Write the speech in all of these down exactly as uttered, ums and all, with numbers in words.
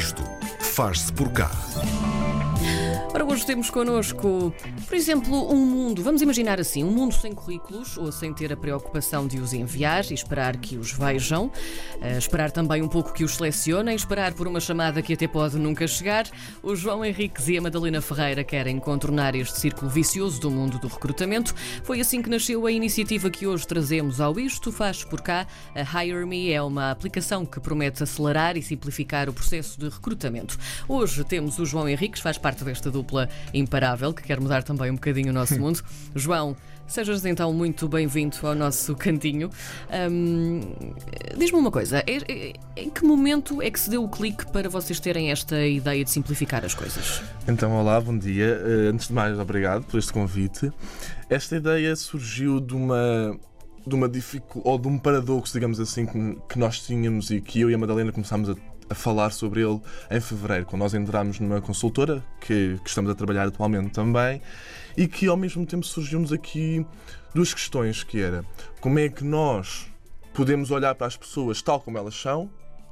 Isto faz-se por cá. Ora, hoje temos connosco, por exemplo, um mundo, vamos imaginar assim, um mundo sem currículos ou sem ter a preocupação de os enviar e esperar que os vejam, uh, esperar também um pouco que os selecionem, esperar por uma chamada que até pode nunca chegar. O João Henriques e a Madalena Ferreira querem contornar este círculo vicioso do mundo do recrutamento. Foi assim que nasceu a iniciativa que hoje trazemos ao Isto Faz Por Cá. A Hire Me é uma aplicação que promete acelerar e simplificar o processo de recrutamento. Hoje temos o João Henriques, faz parte desta dupla imparável, que quer mudar também um bocadinho o nosso mundo. João, sejas então muito bem-vindo ao nosso cantinho. Hum, diz-me uma coisa, é, é, em que momento é que se deu o clique para vocês terem esta ideia de simplificar as coisas? Então, olá, bom dia. Uh, antes de mais, obrigado por este convite. Esta ideia surgiu de uma... de uma dificuldade, ou de um paradoxo, digamos assim, que, que nós tínhamos e que eu e a Madalena começámos a a falar sobre ele em fevereiro, quando nós entramos numa consultora que, que estamos a trabalhar atualmente também, e que ao mesmo tempo surgiu-nos aqui duas questões, que era como é que nós podemos olhar para as pessoas tal como elas são,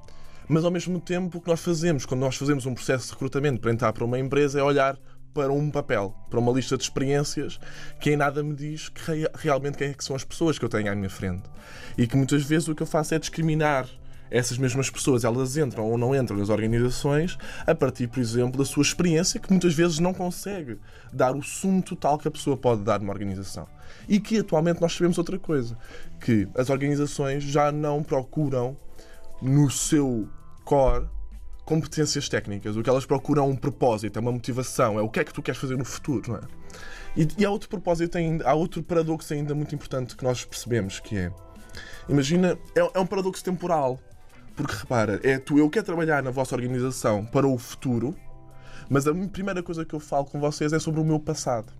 mas ao mesmo tempo o que nós fazemos quando nós fazemos um processo de recrutamento para entrar para uma empresa é olhar para um papel, para uma lista de experiências que em nada me diz que realmente quem é que são as pessoas que eu tenho à minha frente. E que muitas vezes o que eu faço é discriminar essas mesmas pessoas, elas entram ou não entram nas organizações a partir, por exemplo, da sua experiência, que muitas vezes não consegue dar o sumo total que a pessoa pode dar numa organização. E que atualmente nós sabemos outra coisa, que as organizações já não procuram no seu core competências técnicas. O que elas procuram é um propósito, é uma motivação, é o que é que tu queres fazer no futuro, não é? E, e há outro propósito ainda, há outro paradoxo ainda muito importante que nós percebemos, que é, imagina, é, é um paradoxo temporal. Porque, repara, é tu, eu quero trabalhar na vossa organização para o futuro, mas a primeira coisa que eu falo com vocês é sobre o meu passado.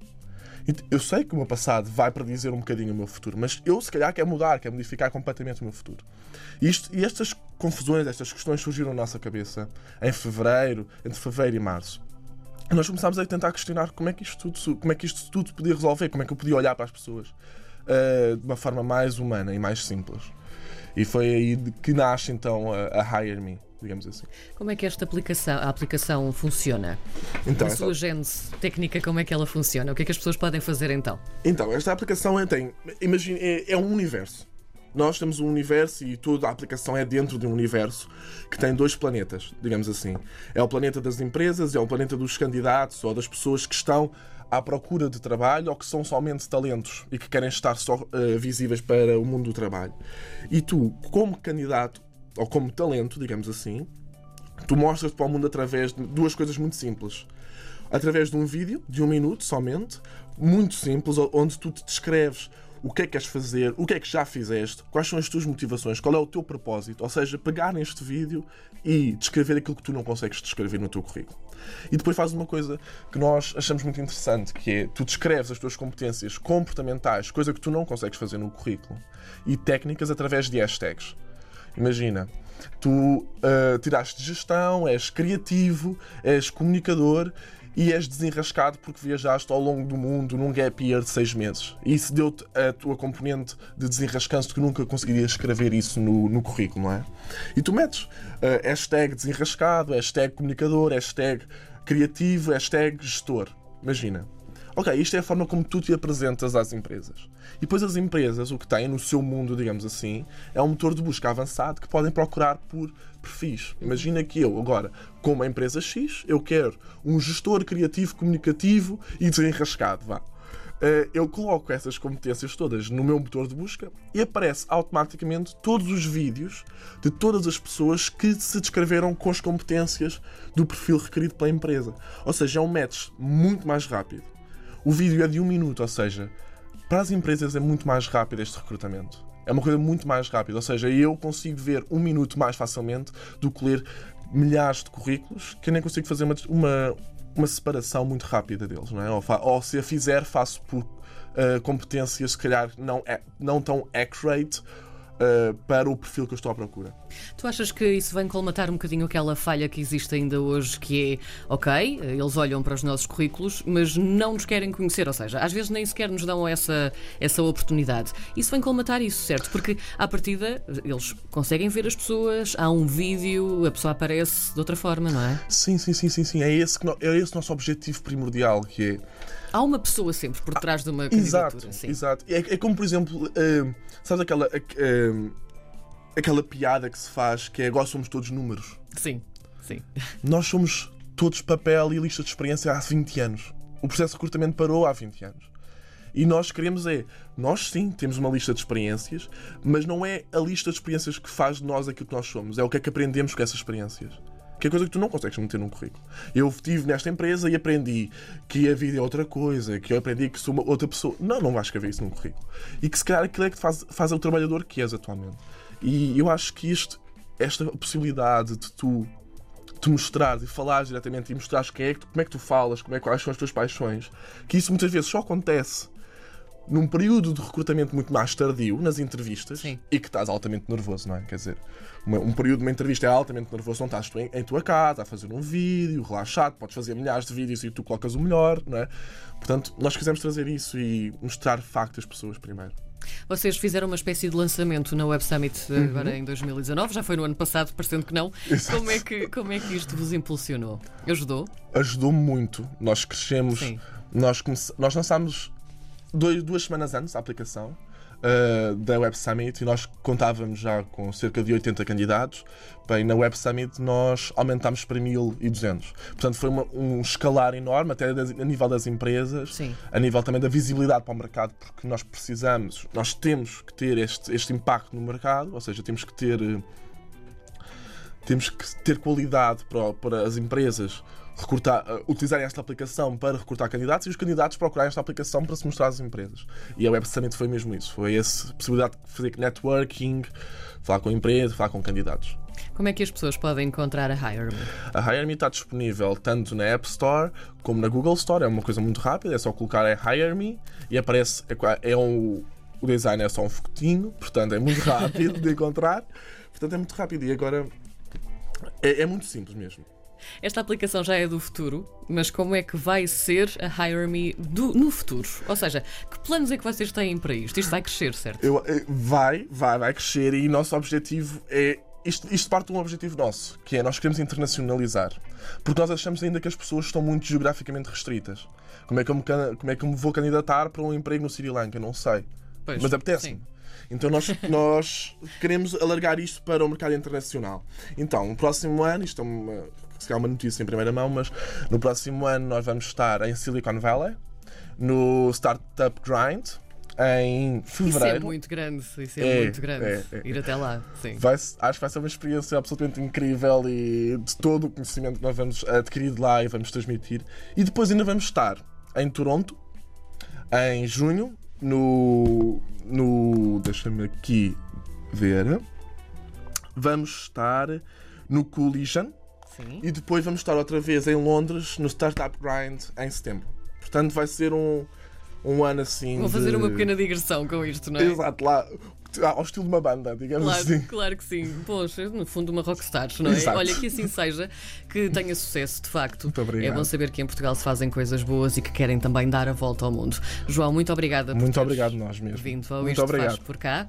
Eu sei que o meu passado vai predizer um bocadinho o meu futuro, mas eu, se calhar, quero mudar, quero modificar completamente o meu futuro. E, isto, e estas confusões, estas questões surgiram na nossa cabeça em fevereiro, entre fevereiro e março. E nós começámos a tentar questionar como é que isto tudo, como é que isto tudo podia resolver, como é que eu podia olhar para as pessoas uh, de uma forma mais humana e mais simples. E foi aí que nasce então a, a Hire Me, digamos assim. Como é que esta aplicação, a aplicação funciona? Então, a sua esta... gênese técnica, como é que ela funciona? O que é que as pessoas podem fazer então? Então, esta aplicação é, tem, imagine, é, é um universo. Nós temos um universo e toda a aplicação é dentro de um universo que tem dois planetas, digamos assim. É o planeta das empresas, é o planeta dos candidatos ou das pessoas que estão à procura de trabalho ou que são somente talentos e que querem estar só uh, visíveis para o mundo do trabalho. E tu, como candidato ou como talento, digamos assim, tu mostras-te para o mundo através de duas coisas muito simples. Através de um vídeo, de um minuto somente, muito simples, onde tu te descreves o que é que queres fazer, o que é que já fizeste, quais são as tuas motivações, qual é o teu propósito, ou seja, pegar neste vídeo e descrever aquilo que tu não consegues descrever no teu currículo. E depois fazes uma coisa que nós achamos muito interessante, que é, tu descreves as tuas competências comportamentais, coisa que tu não consegues fazer no currículo, e técnicas através de hashtags. Imagina, tu uh, tiraste de gestão, és criativo, és comunicador e és desenrascado porque viajaste ao longo do mundo num gap year de seis meses. E isso deu-te a tua componente de desenrascanço, que nunca conseguirias escrever isso no, no currículo, não é? E tu metes uh, hashtag desenrascado, hashtag comunicador, hashtag criativo, hashtag gestor. Imagina. Ok, isto é a forma como tu te apresentas às empresas. E depois as empresas, o que têm no seu mundo, digamos assim, é um motor de busca avançado que podem procurar por perfis. Imagina que eu, agora, como a empresa X, eu quero um gestor criativo, comunicativo e desenrascado, vá. Eu coloco essas competências todas no meu motor de busca e aparece automaticamente todos os vídeos de todas as pessoas que se descreveram com as competências do perfil requerido pela empresa. Ou seja, é um match muito mais rápido. O vídeo é de um minuto, ou seja, para as empresas é muito mais rápido este recrutamento. É uma coisa muito mais rápida, ou seja, eu consigo ver um minuto mais facilmente do que ler milhares de currículos, que eu nem consigo fazer uma, uma, uma separação muito rápida deles, não é? Ou, fa- ou se a fizer, faço por uh, competências, se calhar, não, é, não tão accurate uh, para o perfil que eu estou à procura. Tu achas que isso vem colmatar um bocadinho aquela falha que existe ainda hoje, que é, ok, eles olham para os nossos currículos, mas não nos querem conhecer, ou seja, às vezes nem sequer nos dão essa, essa oportunidade. Isso vem colmatar isso, certo? Porque, à partida, eles conseguem ver as pessoas, há um vídeo, a pessoa aparece de outra forma, não é? Sim, sim, sim, sim, sim. É esse, que no... é esse nosso objetivo primordial, que é... Há uma pessoa sempre por trás de uma candidatura. Exato, sim. exato. É, é como, por exemplo, uh, sabes aquela... Uh, aquela piada que se faz que é agora somos todos números. Sim, sim. Nós somos todos papel e lista de experiência há vinte anos. O processo de recrutamento parou há vinte anos. E nós queremos é... Nós sim temos uma lista de experiências, mas não é a lista de experiências que faz de nós aquilo que nós somos. É o que é que aprendemos com essas experiências. Que é coisa que tu não consegues meter num currículo. Eu estive nesta empresa e aprendi que a vida é outra coisa, que eu aprendi que sou uma outra pessoa. Não, não vais escrever isso num currículo. E que se calhar aquilo é que te faz, faz o trabalhador que és atualmente. E eu acho que isto, esta possibilidade de tu te mostrar, de falar diretamente e mostrares quem é que tu, como é que tu falas, como é, quais são as tuas paixões, que isso muitas vezes só acontece num período de recrutamento muito mais tardio, nas entrevistas, Sim. e que estás altamente nervoso, não é? Quer dizer, uma, um período de uma entrevista é altamente nervoso, não estás tu em, em tua casa a fazer um vídeo, relaxado, podes fazer milhares de vídeos e tu colocas o melhor, não é? Portanto, nós quisemos trazer isso e mostrar facto às pessoas primeiro. Vocês fizeram uma espécie de lançamento na Web Summit Uhum. agora em dois mil e dezanove, já foi no ano passado, parecendo que não. Exato. Como é que, como é que isto vos impulsionou? Ajudou? Ajudou muito. Nós crescemos, Sim. nós, comece... nós lançámos dois, duas semanas antes a aplicação uh, da Web Summit e nós contávamos já com cerca de oitenta candidatos. Bem, na Web Summit nós aumentámos para mil e duzentos. Portanto, foi uma, um escalar enorme, até das, a nível das empresas, Sim. a nível também da visibilidade para o mercado, porque nós precisamos, nós temos que ter este, este impacto no mercado, ou seja, temos que ter, temos que ter qualidade para, para as empresas recrutar, utilizarem esta aplicação para recrutar candidatos e os candidatos procurarem esta aplicação para se mostrar às empresas. E a Web Summit foi mesmo isso. Foi essa possibilidade de fazer networking, falar com empresas, falar com candidatos. Como é que as pessoas podem encontrar a HireMe? A HireMe está disponível tanto na App Store como na Google Store. É uma coisa muito rápida, é só colocar é HireMe e aparece, é, é um, o design é só um foguetinho, portanto é muito rápido de encontrar. Portanto é muito rápido e agora é, é muito simples mesmo. Esta aplicação já é do futuro, mas como é que vai ser a HireMe do, no futuro? Ou seja, que planos é que vocês têm para isto? Isto vai crescer, certo? Eu, vai, vai, vai crescer e o nosso objetivo é... Isto, isto parte de um objetivo nosso, que é nós queremos internacionalizar. Porque nós achamos ainda que as pessoas estão muito geograficamente restritas. Como é que eu me, como é que eu me vou candidatar para um emprego no Sri Lanka? Não sei. Pois, mas apetece-me. sim. Então nós, nós queremos alargar isto para o mercado internacional. Então, no próximo ano, isto é uma, se calhar uma notícia em primeira mão, mas no próximo ano nós vamos estar em Silicon Valley, no Startup Grind, em fevereiro. Isso é muito grande, isso é, É, muito grande. é, é. Ir até lá, sim. Vai, acho que vai ser uma experiência absolutamente incrível e de todo o conhecimento que nós vamos adquirir de lá e vamos transmitir. E depois ainda vamos estar em Toronto, em junho, no... no deixa-me aqui ver. Vamos estar no Collision. Sim. E depois vamos estar outra vez em Londres, no Startup Grind, em setembro. Portanto, vai ser um, um ano assim. Vou fazer de... uma pequena digressão com isto, não é? Exato, lá, ao estilo de uma banda, digamos Claro, assim. claro que sim. Poxa, no fundo, uma rockstar, não é? Exato. Olha, que assim seja, que tenha sucesso, de facto. Muito obrigado. É bom saber que em Portugal se fazem coisas boas e que querem também dar a volta ao mundo. João, muito obrigada por Muito teres obrigado, nós mesmo. vindo ao Muito Isto obrigado. Faz Por Cá.